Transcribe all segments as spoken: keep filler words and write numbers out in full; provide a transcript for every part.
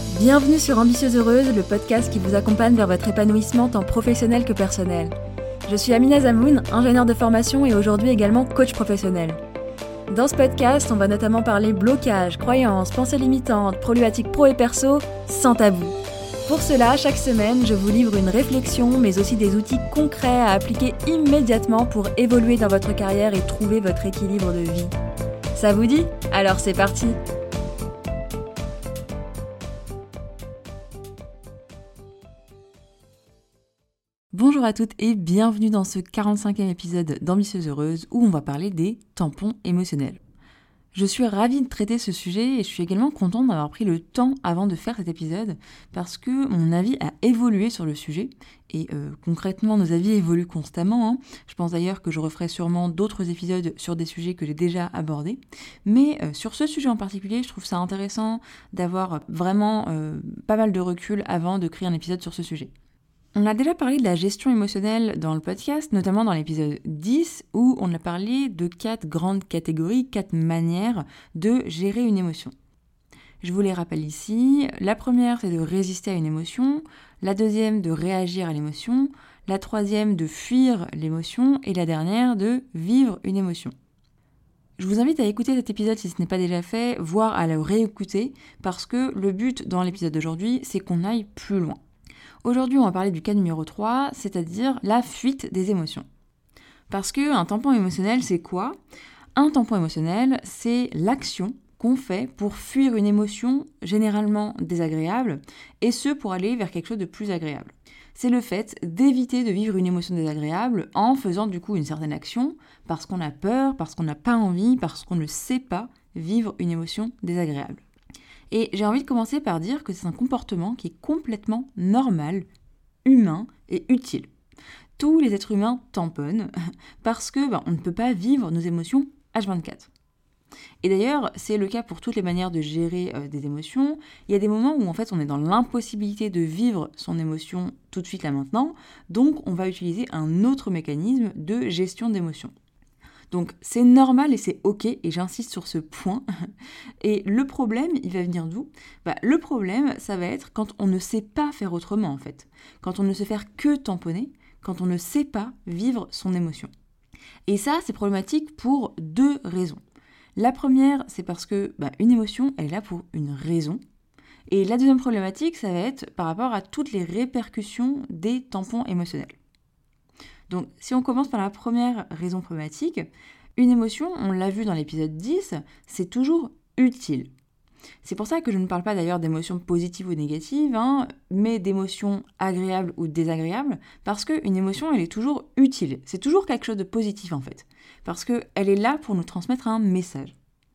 Bienvenue sur Ambitieuse Heureuse, le podcast qui vous accompagne vers votre épanouissement tant professionnel que personnel. Je suis Amina Zamoun, ingénieure de formation et aujourd'hui également coach professionnel. Dans ce podcast, on va notamment parler blocage, croyances, pensées limitantes, problématiques pro et perso, sans tabou. Pour cela, chaque semaine, je vous livre une réflexion, mais aussi des outils concrets à appliquer immédiatement pour évoluer dans votre carrière et trouver votre équilibre de vie. Ça vous dit ? Alors c'est parti ! Bonjour à toutes et bienvenue dans ce quarante-cinquième épisode d'Ambitieuse Heureuse où on va parler des tampons émotionnels. Je suis ravie de traiter ce sujet et je suis également contente d'avoir pris le temps avant de faire cet épisode parce que mon avis a évolué sur le sujet et euh, concrètement nos avis évoluent constamment. Hein. Je pense d'ailleurs que je referai sûrement d'autres épisodes sur des sujets que j'ai déjà abordés. Mais euh, sur ce sujet en particulier, je trouve ça intéressant d'avoir vraiment euh, pas mal de recul avant de créer un épisode sur ce sujet. On a déjà parlé de la gestion émotionnelle dans le podcast, notamment dans l'épisode dix, où on a parlé de quatre grandes catégories, quatre manières de gérer une émotion. Je vous les rappelle ici. La première, c'est de résister à une émotion. La deuxième, de réagir à l'émotion. La troisième, de fuir l'émotion. Et la dernière, de vivre une émotion. Je vous invite à écouter cet épisode si ce n'est pas déjà fait, voire à le réécouter, parce que le but dans l'épisode d'aujourd'hui, c'est qu'on aille plus loin. Aujourd'hui, on va parler du cas numéro trois, c'est-à-dire la fuite des émotions. Parce qu'un tampon émotionnel, c'est quoi ? Un tampon émotionnel, c'est l'action qu'on fait pour fuir une émotion généralement désagréable, et ce pour aller vers quelque chose de plus agréable. C'est le fait d'éviter de vivre une émotion désagréable en faisant du coup une certaine action, parce qu'on a peur, parce qu'on n'a pas envie, parce qu'on ne sait pas vivre une émotion désagréable. Et j'ai envie de commencer par dire que c'est un comportement qui est complètement normal, humain et utile. Tous les êtres humains tamponnent parce que ben, on ne peut pas vivre nos émotions H vingt-quatre. Et d'ailleurs, c'est le cas pour toutes les manières de gérer euh, des émotions. Il y a des moments où en fait on est dans l'impossibilité de vivre son émotion tout de suite là maintenant, donc on va utiliser un autre mécanisme de gestion d'émotions. Donc c'est normal et c'est ok, et j'insiste sur ce point. Et le problème, il va venir d'où ? Bah, le problème, ça va être quand on ne sait pas faire autrement en fait. Quand on ne sait faire que tamponner, quand on ne sait pas vivre son émotion. Et ça, c'est problématique pour deux raisons. La première, c'est parce que bah, une émotion, elle est là pour une raison. Et la deuxième problématique, ça va être par rapport à toutes les répercussions des tampons émotionnels. Donc, si on commence par la première raison problématique, une émotion, on l'a vu dans l'épisode dix, c'est toujours utile. C'est pour ça que je ne parle pas d'ailleurs d'émotions positives ou négatives, hein, mais d'émotions agréables ou désagréables, parce qu'une émotion, elle est toujours utile. C'est toujours quelque chose de positif en fait, parce qu'elle est là pour nous transmettre un message.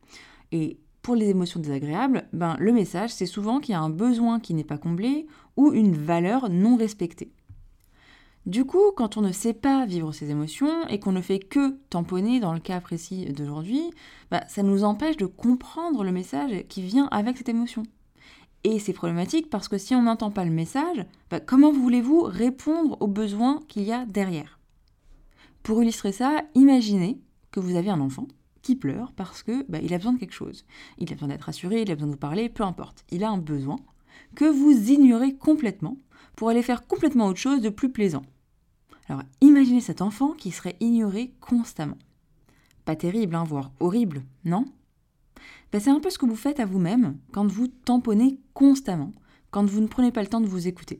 Et pour les émotions désagréables, ben, le message, c'est souvent qu'il y a un besoin qui n'est pas comblé ou une valeur non respectée. Du coup, quand on ne sait pas vivre ses émotions et qu'on ne fait que tamponner dans le cas précis d'aujourd'hui, bah, ça nous empêche de comprendre le message qui vient avec cette émotion. Et c'est problématique parce que si on n'entend pas le message, bah, comment voulez-vous répondre aux besoins qu'il y a derrière ? Pour illustrer ça, imaginez que vous avez un enfant qui pleure parce que bah, il a besoin de quelque chose. Il a besoin d'être rassuré, il a besoin de vous parler, peu importe. Il a un besoin que vous ignorez complètement pour aller faire complètement autre chose de plus plaisant. Alors, imaginez cet enfant qui serait ignoré constamment. Pas terrible, hein, voire horrible, non ? Ben, c'est un peu ce que vous faites à vous-même quand vous tamponnez constamment, quand vous ne prenez pas le temps de vous écouter.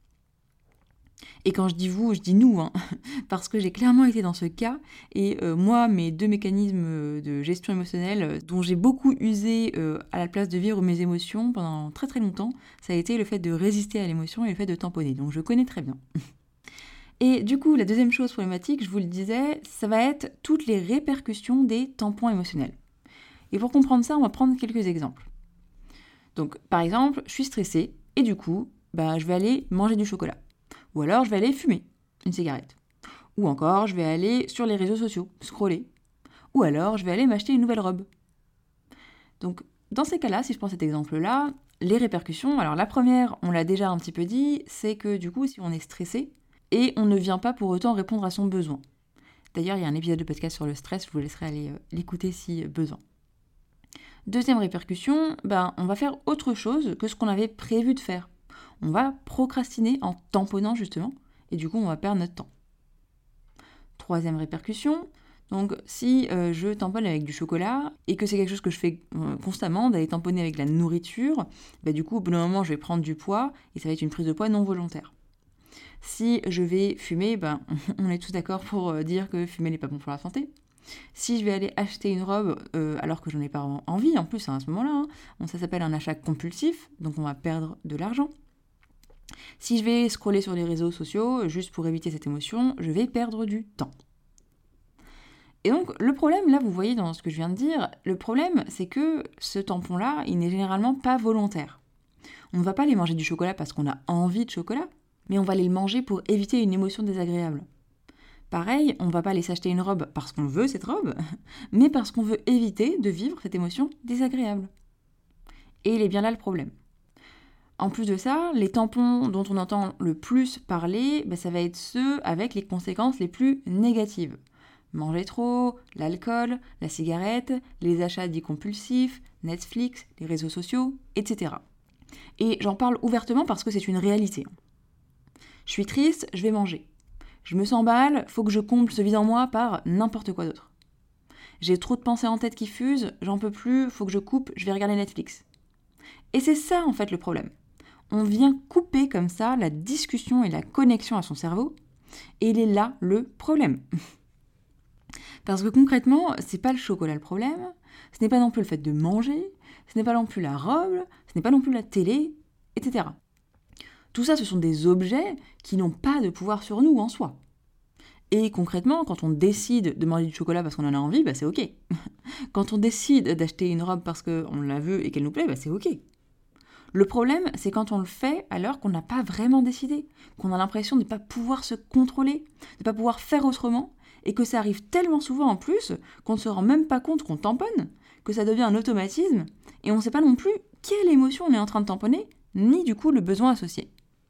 Et quand je dis vous, je dis nous, hein, parce que j'ai clairement été dans ce cas, et euh, moi, mes deux mécanismes de gestion émotionnelle dont j'ai beaucoup usé euh, à la place de vivre mes émotions pendant très très longtemps, ça a été le fait de résister à l'émotion et le fait de tamponner, donc je connais très bien. Et du coup, la deuxième chose problématique, je vous le disais, ça va être toutes les répercussions des tampons émotionnels. Et pour comprendre ça, on va prendre quelques exemples. Donc, par exemple, je suis stressée et du coup, bah, je vais aller manger du chocolat. Ou alors, je vais aller fumer une cigarette. Ou encore, je vais aller sur les réseaux sociaux, scroller. Ou alors, je vais aller m'acheter une nouvelle robe. Donc, dans ces cas-là, si je prends cet exemple-là, les répercussions, alors la première, on l'a déjà un petit peu dit, c'est que du coup, si on est stressé, et on ne vient pas pour autant répondre à son besoin. D'ailleurs, il y a un épisode de podcast sur le stress, je vous laisserai aller euh, l'écouter si besoin. Deuxième répercussion, ben, on va faire autre chose que ce qu'on avait prévu de faire. On va procrastiner en tamponnant justement, et du coup on va perdre notre temps. Troisième répercussion, donc si euh, je tamponne avec du chocolat et que c'est quelque chose que je fais euh, constamment, d'aller tamponner avec la nourriture, bah, du coup au bout d'un moment je vais prendre du poids et ça va être une prise de poids non volontaire. Si je vais fumer, ben, on est tous d'accord pour euh, dire que fumer n'est pas bon pour la santé. Si je vais aller acheter une robe euh, alors que j'en ai pas envie, en plus hein, à ce moment-là, hein, ça s'appelle un achat compulsif, donc on va perdre de l'argent. Si je vais scroller sur les réseaux sociaux juste pour éviter cette émotion, je vais perdre du temps. Et donc le problème, là vous voyez dans ce que je viens de dire, le problème c'est que ce tampon-là, il n'est généralement pas volontaire. On ne va pas aller manger du chocolat parce qu'on a envie de chocolat, mais on va aller le manger pour éviter une émotion désagréable. Pareil, on ne va pas aller s'acheter une robe parce qu'on veut cette robe, mais parce qu'on veut éviter de vivre cette émotion désagréable. Et il est bien là le problème. En plus de ça, les tampons dont on entend le plus parler, ben ça va être ceux avec les conséquences les plus négatives. Manger trop, l'alcool, la cigarette, les achats dits compulsifs, Netflix, les réseaux sociaux, et cetera. Et j'en parle ouvertement parce que c'est une réalité. Je suis triste, je vais manger. Je me sens mal, faut que je comble ce vide en moi par n'importe quoi d'autre. J'ai trop de pensées en tête qui fusent, j'en peux plus, faut que je coupe, je vais regarder Netflix. Et c'est ça en fait le problème. On vient couper comme ça la discussion et la connexion à son cerveau, et il est là le problème. Parce que concrètement, c'est pas le chocolat le problème, ce n'est pas non plus le fait de manger, ce n'est pas non plus la robe, ce n'est pas non plus la télé, et cetera. Tout ça, ce sont des objets qui n'ont pas de pouvoir sur nous en soi. Et concrètement, quand on décide de manger du chocolat parce qu'on en a envie, bah c'est ok. Quand on décide d'acheter une robe parce qu'on la veut et qu'elle nous plaît, bah c'est ok. Le problème, c'est quand on le fait alors qu'on n'a pas vraiment décidé, qu'on a l'impression de ne pas pouvoir se contrôler, de ne pas pouvoir faire autrement, et que ça arrive tellement souvent en plus qu'on ne se rend même pas compte qu'on tamponne, que ça devient un automatisme, et on ne sait pas non plus quelle émotion on est en train de tamponner, ni du coup le besoin associé.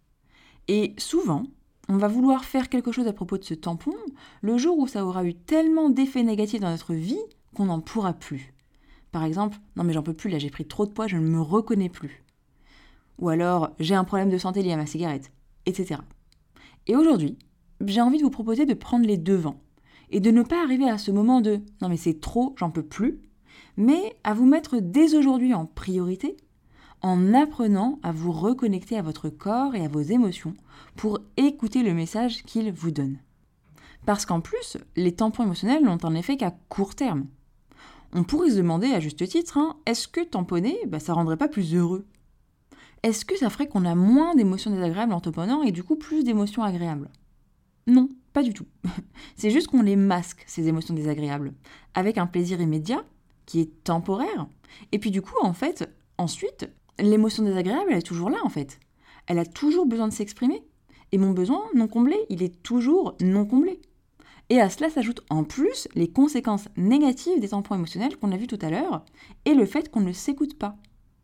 Et souvent, on va vouloir faire quelque chose à propos de ce tampon le jour où ça aura eu tellement d'effets négatifs dans notre vie qu'on n'en pourra plus. Par exemple, non mais j'en peux plus, là j'ai pris trop de poids, je ne me reconnais plus. Ou alors, j'ai un problème de santé lié à ma cigarette, et cetera. Et aujourd'hui, j'ai envie de vous proposer de prendre les devants et de ne pas arriver à ce moment de « non mais c'est trop, j'en peux plus », mais à vous mettre dès aujourd'hui en priorité en apprenant à vous reconnecter à votre corps et à vos émotions pour écouter le message qu'il vous donne. Parce qu'en plus, les tampons émotionnels n'ont un effet qu'à court terme. On pourrait se demander à juste titre, hein, est-ce que tamponner, bah, ça rendrait pas plus heureux ? Est-ce que ça ferait qu'on a moins d'émotions désagréables en tamponnant et du coup plus d'émotions agréables ? Non, pas du tout. C'est juste qu'on les masque, ces émotions désagréables, avec un plaisir immédiat, qui est temporaire, et puis du coup, en fait, ensuite, l'émotion désagréable, elle est toujours là, en fait. Elle a toujours besoin de s'exprimer. Et mon besoin non comblé, il est toujours non comblé. Et à cela s'ajoutent en plus les conséquences négatives des tampons émotionnels qu'on a vus tout à l'heure, et le fait qu'on ne s'écoute pas.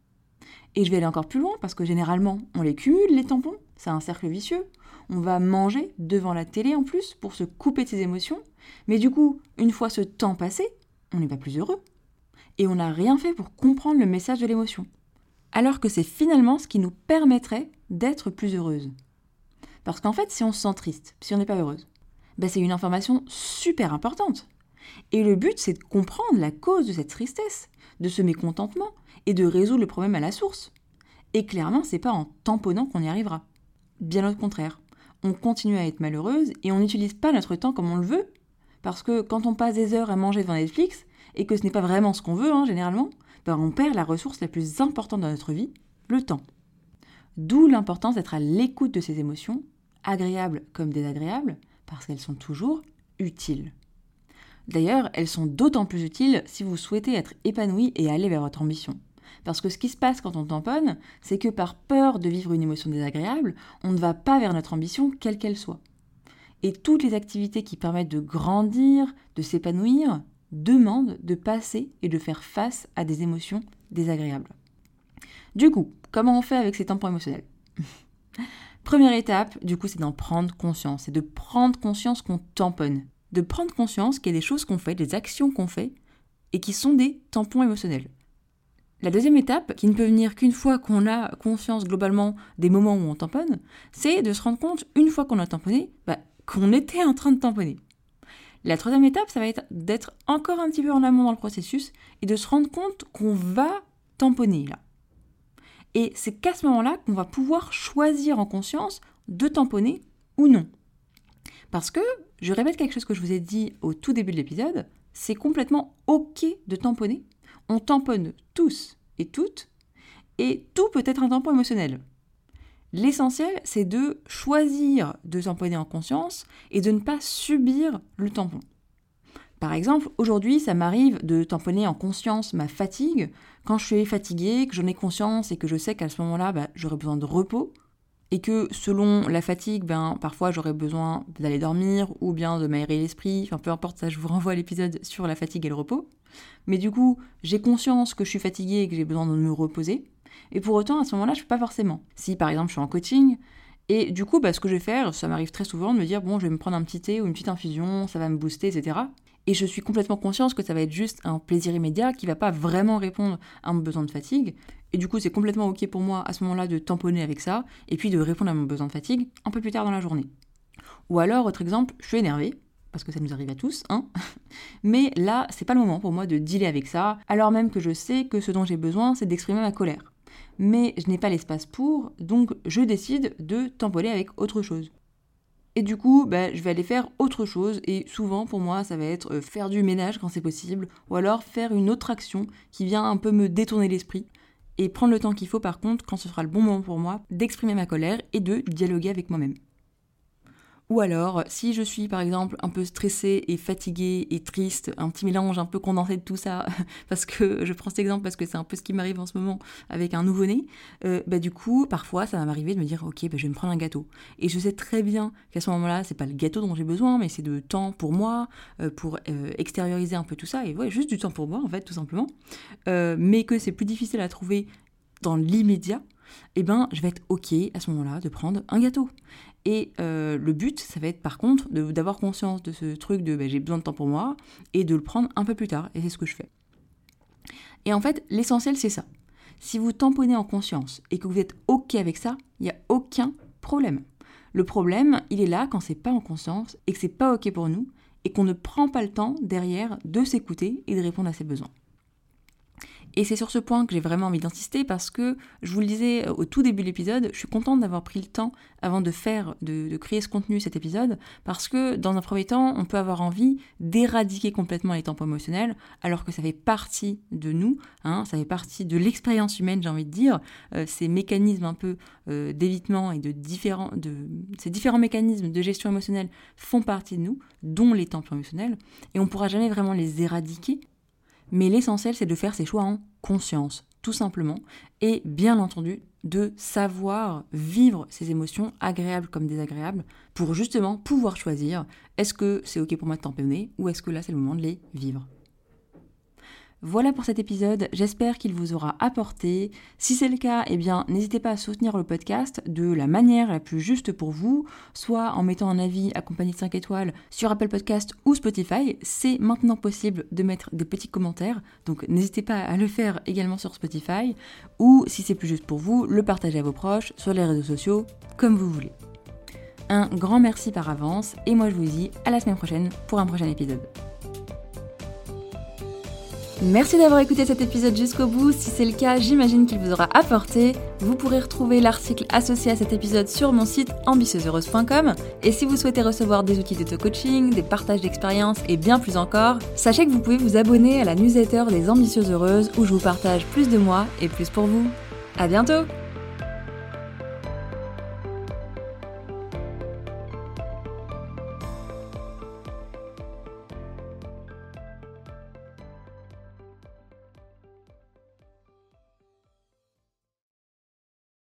Et je vais aller encore plus loin, parce que généralement, on les cumule, les tampons, c'est un cercle vicieux. On va manger devant la télé en plus, pour se couper de ses émotions, mais du coup, une fois ce temps passé, on n'est pas plus heureux. Et on n'a rien fait pour comprendre le message de l'émotion. Alors que c'est finalement ce qui nous permettrait d'être plus heureuse. Parce qu'en fait, si on se sent triste, si on n'est pas heureuse, ben c'est une information super importante. Et le but, c'est de comprendre la cause de cette tristesse, de ce mécontentement, et de résoudre le problème à la source. Et clairement, c'est pas en tamponnant qu'on y arrivera. Bien au contraire, on continue à être malheureuse et on n'utilise pas notre temps comme on le veut. Parce que quand on passe des heures à manger devant Netflix, et que ce n'est pas vraiment ce qu'on veut, hein, généralement, ben on perd la ressource la plus importante dans notre vie, le temps. D'où l'importance d'être à l'écoute de ces émotions, agréables comme désagréables, parce qu'elles sont toujours utiles. D'ailleurs, elles sont d'autant plus utiles si vous souhaitez être épanoui et aller vers votre ambition. Parce que ce qui se passe quand on tamponne, c'est que par peur de vivre une émotion désagréable, on ne va pas vers notre ambition, quelle qu'elle soit. Et toutes les activités qui permettent de grandir, de s'épanouir, demandent de passer et de faire face à des émotions désagréables. Du coup, comment on fait avec ces tampons émotionnels ? Première étape, du coup, c'est d'en prendre conscience. C'est de prendre conscience qu'on tamponne. De prendre conscience qu'il y a des choses qu'on fait, des actions qu'on fait, et qui sont des tampons émotionnels. La deuxième étape, qui ne peut venir qu'une fois qu'on a conscience globalement des moments où on tamponne, c'est de se rendre compte, une fois qu'on a tamponné, bah, qu'on était en train de tamponner. La troisième étape, ça va être d'être encore un petit peu en amont dans le processus et de se rendre compte qu'on va tamponner là. Et c'est qu'à ce moment-là qu'on va pouvoir choisir en conscience de tamponner ou non. Parce que, je répète quelque chose que je vous ai dit au tout début de l'épisode, c'est complètement ok de tamponner. On tamponne tous et toutes, et tout peut être un tampon émotionnel. L'essentiel, c'est de choisir de tamponner en conscience et de ne pas subir le tampon. Par exemple, aujourd'hui, ça m'arrive de tamponner en conscience ma fatigue quand je suis fatiguée, que j'en ai conscience et que je sais qu'à ce moment-là, bah, j'aurai besoin de repos et que selon la fatigue, ben, parfois j'aurai besoin d'aller dormir ou bien de m'aérer l'esprit, enfin peu importe, ça je vous renvoie à l'épisode sur la fatigue et le repos. Mais du coup, j'ai conscience que je suis fatiguée et que j'ai besoin de me reposer. Et pour autant, à ce moment-là, je ne peux pas forcément. Si par exemple je suis en coaching, et du coup, bah, ce que je vais faire, ça m'arrive très souvent de me dire, bon, je vais me prendre un petit thé ou une petite infusion, ça va me booster, et cetera. Et je suis complètement consciente que ça va être juste un plaisir immédiat qui ne va pas vraiment répondre à mon besoin de fatigue. Et du coup, c'est complètement ok pour moi à ce moment-là de tamponner avec ça, et puis de répondre à mon besoin de fatigue un peu plus tard dans la journée. Ou alors, autre exemple, je suis énervée, parce que ça nous arrive à tous, hein. Mais là, c'est pas le moment pour moi de dealer avec ça, alors même que je sais que ce dont j'ai besoin, c'est d'exprimer ma colère. Mais je n'ai pas l'espace pour, donc je décide de tamponner avec autre chose. Et du coup, bah, je vais aller faire autre chose, et souvent pour moi, ça va être faire du ménage quand c'est possible, ou alors faire une autre action qui vient un peu me détourner l'esprit, et prendre le temps qu'il faut par contre, quand ce sera le bon moment pour moi, d'exprimer ma colère et de dialoguer avec moi-même. Ou alors, si je suis par exemple un peu stressée et fatiguée et triste, un petit mélange un peu condensé de tout ça, parce que je prends cet exemple parce que c'est un peu ce qui m'arrive en ce moment avec un nouveau-né, euh, bah du coup, parfois ça va m'arriver de me dire ok, bah, je vais me prendre un gâteau. Et je sais très bien qu'à ce moment-là, c'est pas le gâteau dont j'ai besoin, mais c'est de temps pour moi, euh, pour euh, extérioriser un peu tout ça, et ouais, juste du temps pour moi en fait, tout simplement. Euh, mais que c'est plus difficile à trouver dans l'immédiat, eh ben, je vais être ok à ce moment-là de prendre un gâteau. Et euh, le but, ça va être par contre de, d'avoir conscience de ce truc de bah, j'ai besoin de temps pour moi et de le prendre un peu plus tard. Et c'est ce que je fais. Et en fait, l'essentiel, c'est ça. Si vous tamponnez en conscience et que vous êtes ok avec ça, il n'y a aucun problème. Le problème, il est là quand c'est pas en conscience et que c'est pas ok pour nous et qu'on ne prend pas le temps derrière de s'écouter et de répondre à ses besoins. Et c'est sur ce point que j'ai vraiment envie d'insister parce que, je vous le disais au tout début de l'épisode, je suis contente d'avoir pris le temps avant de faire, de, de créer ce contenu, cet épisode, parce que dans un premier temps, on peut avoir envie d'éradiquer complètement les tampons émotionnels, alors que ça fait partie de nous, hein, ça fait partie de l'expérience humaine, j'ai envie de dire, euh, ces mécanismes un peu euh, d'évitement et de différents, de, ces différents mécanismes de gestion émotionnelle font partie de nous, dont les tampons émotionnels, et on ne pourra jamais vraiment les éradiquer. Mais l'essentiel, c'est de faire ses choix en conscience, tout simplement, et bien entendu, de savoir vivre ses émotions, agréables comme désagréables, pour justement pouvoir choisir, est-ce que c'est ok pour moi de tamponner, ou est-ce que là, c'est le moment de les vivre. Voilà pour cet épisode, j'espère qu'il vous aura apporté. Si c'est le cas, eh bien, n'hésitez pas à soutenir le podcast de la manière la plus juste pour vous, soit en mettant un avis accompagné de cinq étoiles sur Apple Podcast ou Spotify. C'est maintenant possible de mettre des petits commentaires, donc n'hésitez pas à le faire également sur Spotify, ou si c'est plus juste pour vous, le partager à vos proches, sur les réseaux sociaux, comme vous voulez. Un grand merci par avance, et moi je vous dis à la semaine prochaine pour un prochain épisode. Merci d'avoir écouté cet épisode jusqu'au bout. Si c'est le cas, j'imagine qu'il vous aura apporté. Vous pourrez retrouver l'article associé à cet épisode sur mon site ambitieuse heureuse point com. Et si vous souhaitez recevoir des outils d'auto-coaching, des partages d'expériences et bien plus encore, sachez que vous pouvez vous abonner à la newsletter des Ambitieuses Heureuses où je vous partage plus de moi et plus pour vous. À bientôt!